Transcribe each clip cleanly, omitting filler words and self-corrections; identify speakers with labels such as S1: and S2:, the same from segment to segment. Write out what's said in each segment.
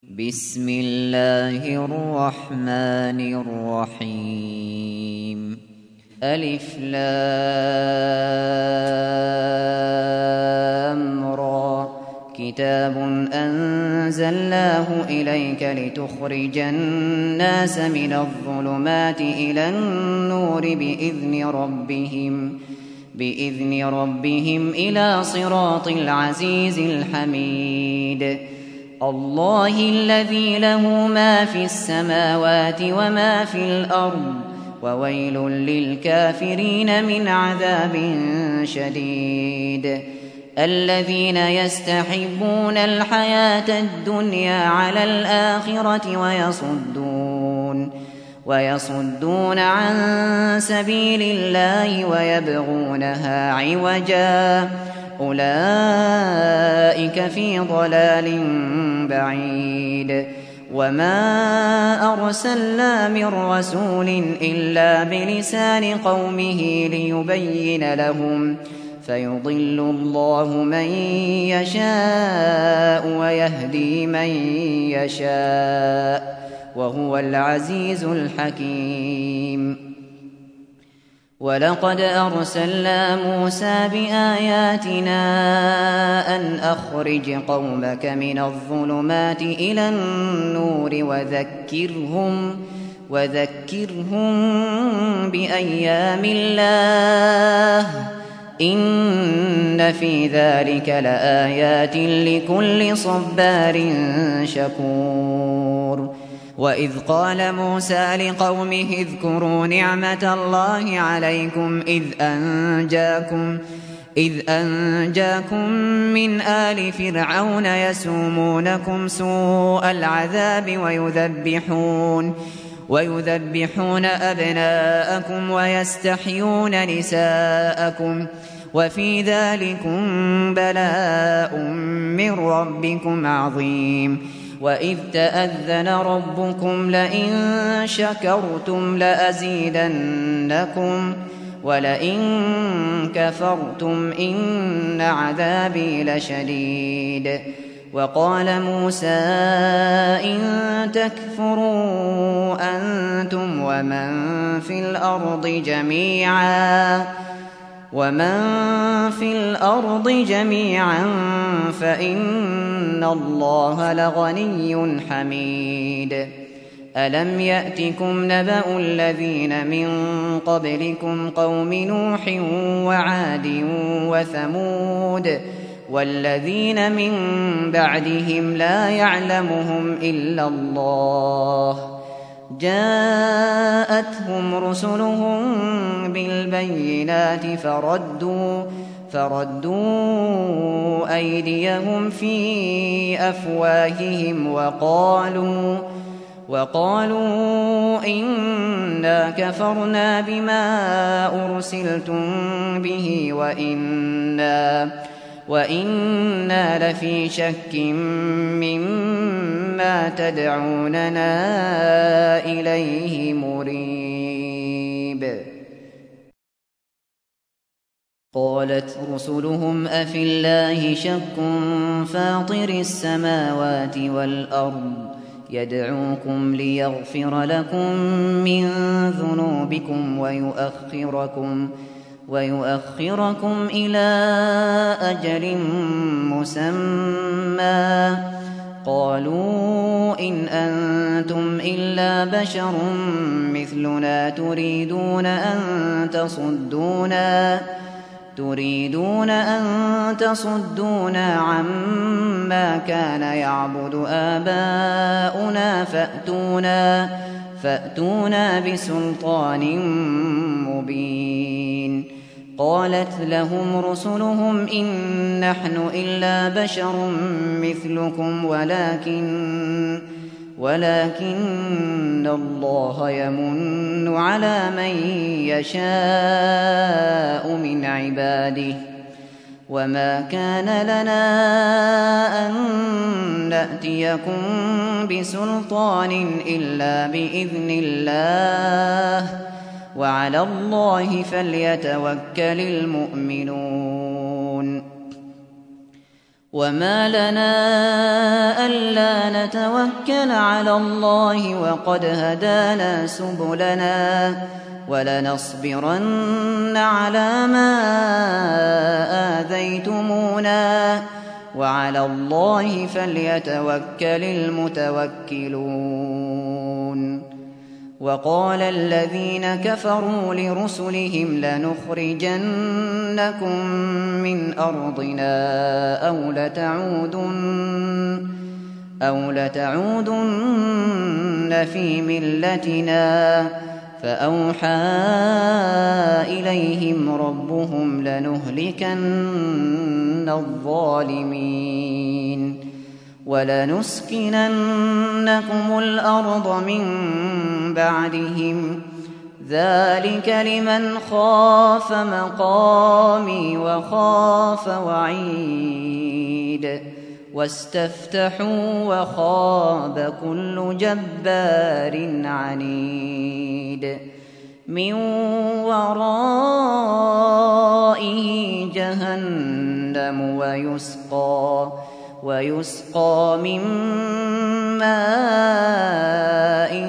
S1: بسم الله الرحمن الرحيم. ألف لام را كتاب أنزلناه إليك لتخرج الناس من الظلمات إلى النور بإذن ربهم إلى صراط العزيز الحميد. الله الذي له ما في السماوات وما في الأرض وويل للكافرين من عذاب شديد. الذين يستحبون الحياة الدنيا على الآخرة ويصدون عن سبيل الله ويبغونها عوجا أولئك في ضلال بعيد. وما أرسلنا من رسول إلا بلسان قومه ليبين لهم فيضل الله من يشاء ويهدي من يشاء وهو العزيز الحكيم. ولقد أرسلنا موسى بآياتنا أن أخرج قومك من الظلمات إلى النور وذكرهم بأيام الله إن في ذلك لآيات لكل صبار شكور. وإذ قال موسى لقومه اذكروا نعمة الله عليكم إذ أنجاكم من آل فرعون يسومونكم سوء العذاب ويذبحون أبناءكم ويستحيون نساءكم وفي ذلكم بلاء من ربكم عظيم. وإذ تأذن ربكم لئن شكرتم لأزيدنكم ولئن كفرتم إن عذابي لشديد. وقال موسى إن تكفروا أنتم ومن في الأرض جميعا فإن الله لغني حميد. ألم يأتكم نبأ الذين من قبلكم قوم نوح وعاد وثمود والذين من بعدهم لا يعلمهم إلا الله جاءتهم رسلهم بالبينات فردوا أيديهم في أفواههم وقالوا إنا كفرنا بما أرسلتم به وإنا لفي شك مما تدعوننا إليه مريب. قالت رسلهم أفي الله شك فاطر السماوات والأرض يدعوكم ليغفر لكم من ذنوبكم ويؤخركم إلى أجل مسمى قالوا إن أنتم إلا بشر مثلنا تريدون أن تصدونا عما كان يعبد آباؤنا فأتونا بسلطان مبين. قالت لهم رسلهم إن نحن إلا بشر مثلكم ولكن الله يمن على من يشاء من عباده وما كان لنا أن نأتيكم بسلطان إلا بإذن الله وعلى الله فليتوكل المؤمنون. وما لنا ألا نتوكل على الله وقد هدانا سبلنا ولنصبرن على ما آذيتمونا وعلى الله فليتوكل المتوكلون. وقال الذين كفروا لرسلهم لنخرجنكم من أرضنا أو لتعودن في ملتنا فأوحى إليهم ربهم لنهلكن الظالمين ولنسكننكم الأرض من بعدهم ذلك لمن خاف مقامي وخاف وعيد واستفتحوا وخاب كل جبار عنيد من ورائه جهنم ويسقى من ماء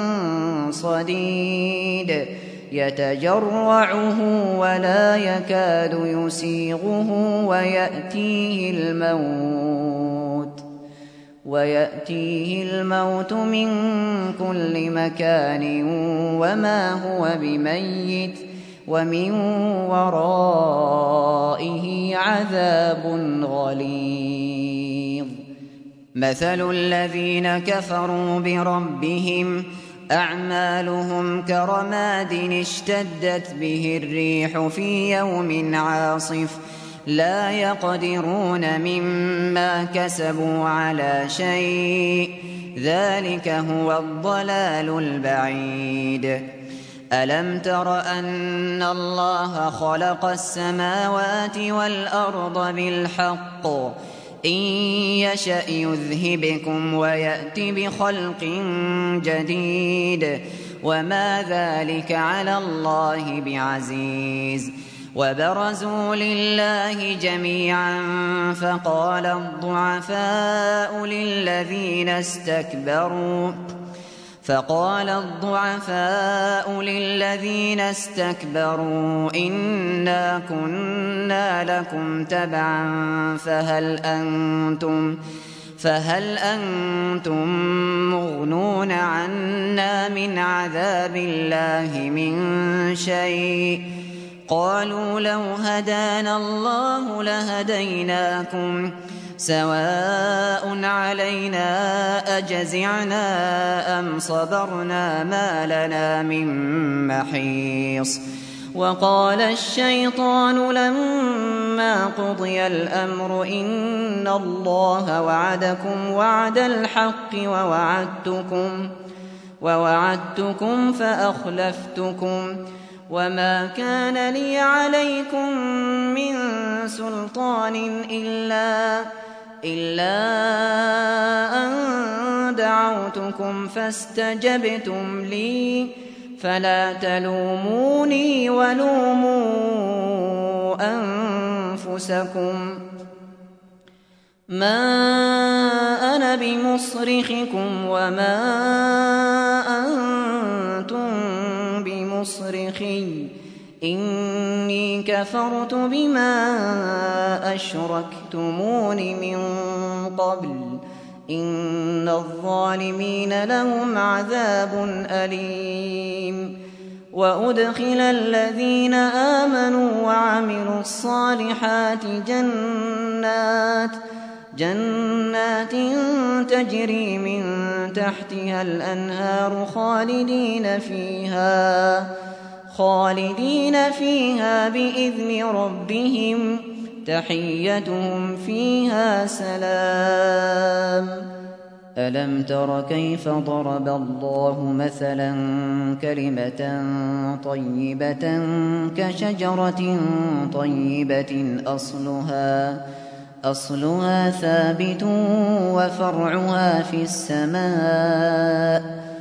S1: صديد يتجرعه ولا يكاد يسيغه ويأتيه الموت من كل مكان وما هو بميت ومن ورائه عذاب غليظ. مثل الذين كفروا بربهم أعمالهم كرماد اشتدت به الريح في يوم عاصف لا يقدرون مما كسبوا على شيء ذلك هو الضلال البعيد. ألم تر أن الله خلق السماوات والأرض بالحق إن يشأ يذهبكم ويأت بخلق جديد وما ذلك على الله بعزيز. وبرزوا لله جميعا فقال الضعفاء للذين استكبروا إنا كنا لكم تبعا فهل أنتم مغنون عنا من عذاب الله من شيء قالوا لو هدانا الله لهديناكم سواء علينا أجزعنا أم صبرنا ما لنا من محيص. وقال الشيطان لما قضي الأمر إن الله وعدكم وعد الحق ووعدتكم فأخلفتكم وما كان لي عليكم من سلطان إلا أن دعوتكم فاستجبتم لي فلا تلوموني ولوموا أنفسكم ما أنا بمصرخكم وما أنتم بمصرخي إني كفرت بما أشركتمون من قبل إن الظالمين لهم عذاب أليم. وأدخل الذين آمنوا وعملوا الصالحات جنات تجري من تحتها الأنهار خالدين فيها بإذن ربهم تحيتهم فيها سلام. ألم تر كيف ضرب الله مثلا كلمة طيبة كشجرة طيبة أصلها ثابت وفرعها في السماء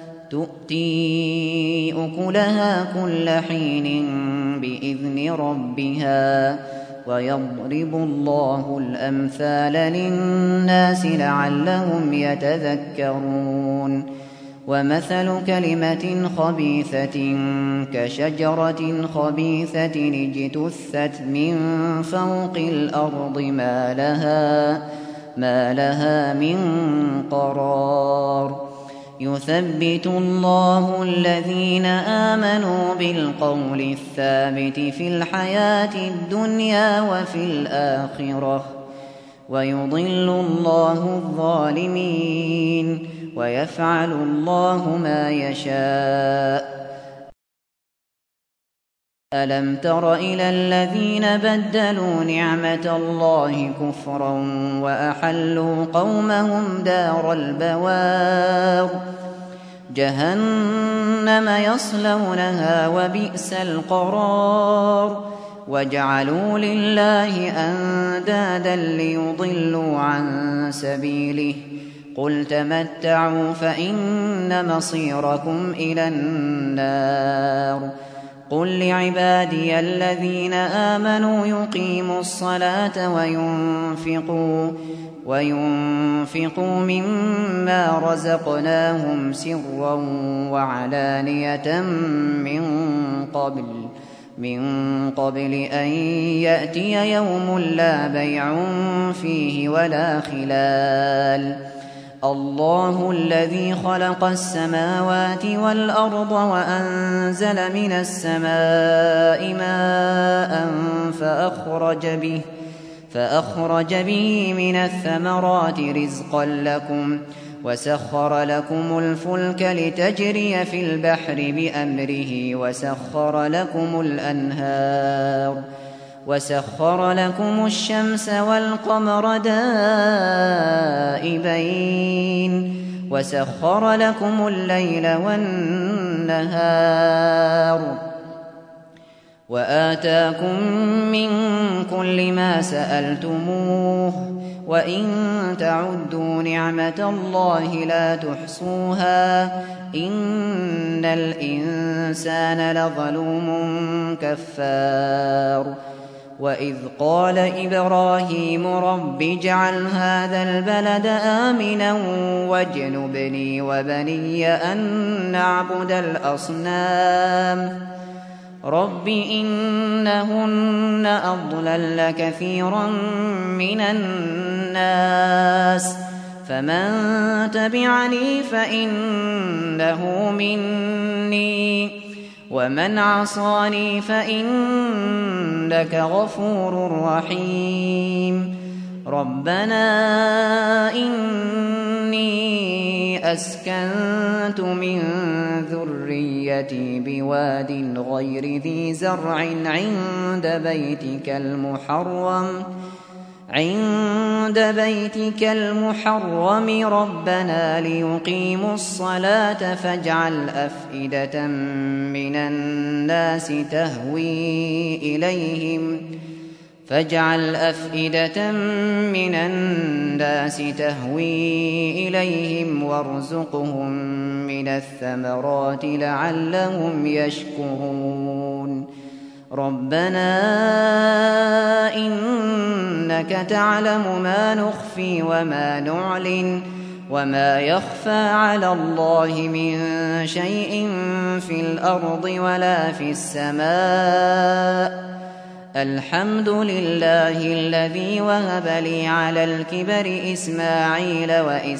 S1: تؤتي أكلها كل حين بإذن ربها ويضرب الله الأمثال للناس لعلهم يتذكرون ومثل كلمة خبيثة كشجرة خبيثة اجتثت من فوق الأرض ما لها من قرار يثبت الله الذين آمنوا بالقول الثابت في الحياة الدنيا وفي الآخرة ويضل الله الظالمين ويفعل الله ما يشاء ألم تر إلى الذين بدلوا نعمة الله كفرا وأحلوا قومهم دار البوار جهنم يصلونها وبئس القرار وجعلوا لله أندادا ليضلوا عن سبيله قل تمتعوا فإن مصيركم إلى النار قل لعبادي الذين آمنوا يقيموا الصلاة وينفقوا مما رزقناهم سرا وعلانية من قبل أن يأتي يوم لا بيع فيه ولا خلال الله الذي خلق السماوات والأرض وأنزل من السماء ماء فأخرج به من الثمرات رزقا لكم وسخر لكم الفلك لتجري في البحر بأمره وسخر لكم الأنهار وسخر لكم الشمس والقمر دائبين وسخر لكم الليل والنهار وآتاكم من كل ما سألتموه وإن تعدوا نعمة الله لا تحصوها إن الإنسان لظلوم كفار وإذ قال إبراهيم رب اجعل هذا البلد آمنا واجنبني وبني أن نعبد الأصنام رب إنهن أضللن كثيرا من الناس فمن تبعني فإنه مني ومن عصاني فإنك غفور رحيم ربنا إني أسكنت من ذريتي بواد غير ذي زرع عند بيتك المحرم ربنا ليقيموا الصلاة فاجعل أفئدة من الناس تهوي إليهم وارزقهم من الثمرات لعلهم يشكرون ربنا إنك تعلم ما نخفي وما نعلن وما يخفى على الله من شيء في الأرض ولا في السماء الحمد لله الذي وهب لي على الكبر إسماعيل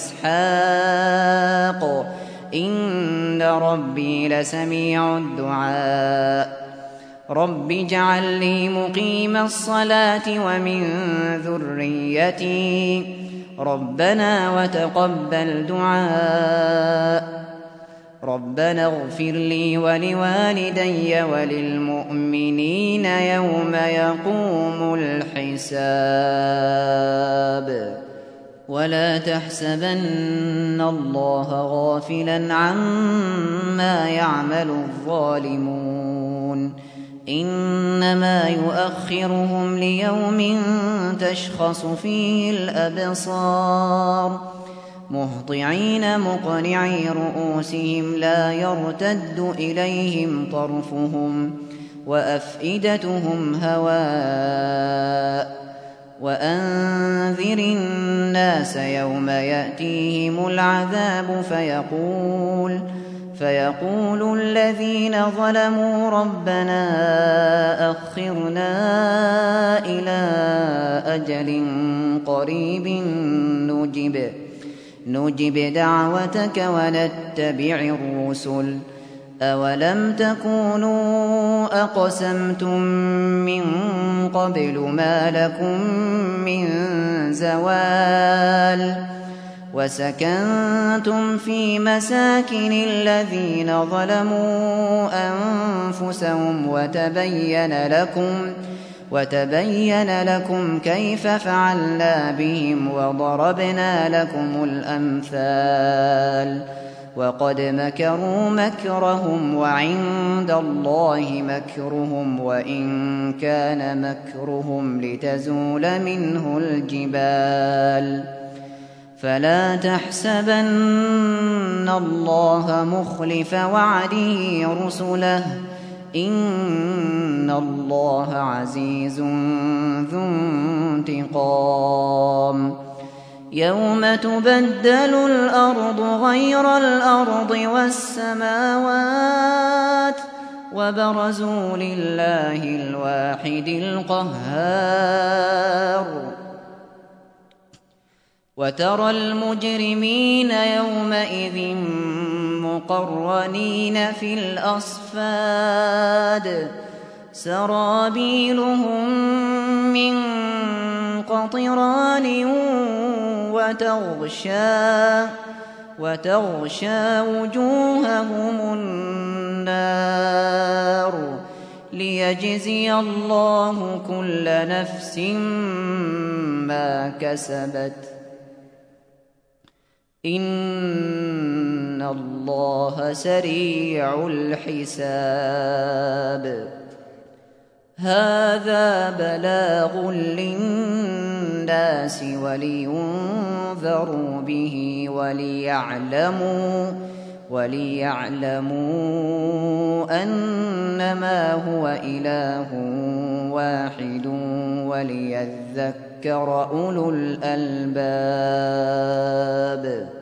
S1: وإسحاق إن ربي لسميع الدعاء رب اجعل لي مقيم الصلاة ومن ذريتي ربنا وتقبل دعاء ربنا اغفر لي ولوالدي وللمؤمنين يوم يقوم الحساب ولا تحسبن الله غافلا عما يعمل الظالمون إنما يؤخرهم ليوم تشخص فيه الأبصار مهطعين مقنعي رؤوسهم لا يرتد إليهم طرفهم وأفئدتهم هواء وأنذر الناس يوم يأتيهم العذاب فيقول الذين ظلموا ربنا أخرنا إلى أجل قريب نجب دعوتك ونتبع الرسل أولم تكونوا أقسمتم من قبل ما لكم من زوال وسكنتم في مساكن الذين ظلموا أنفسهم وتبين لكم كيف فعلنا بهم وضربنا لكم الأمثال وقد مكروا مكرهم وعند الله مكرهم وإن كان مكرهم لتزول منه الجبال فلا تحسبن الله مخلف وعده رسله إن الله عزيز ذو انتقام يوم تبدل الأرض غير الأرض والسماوات وبرزوا لله الواحد القهار وترى المجرمين يومئذ مقرنين في الأصفاد سرابيلهم من قطران وتغشى وجوههم النار ليجزي الله كل نفس ما كسبت إن الله سريع الحساب هذا بلاغ للناس ولينذروا به وليعلموا أنما هو إله واحد وليذكر أولو الألباب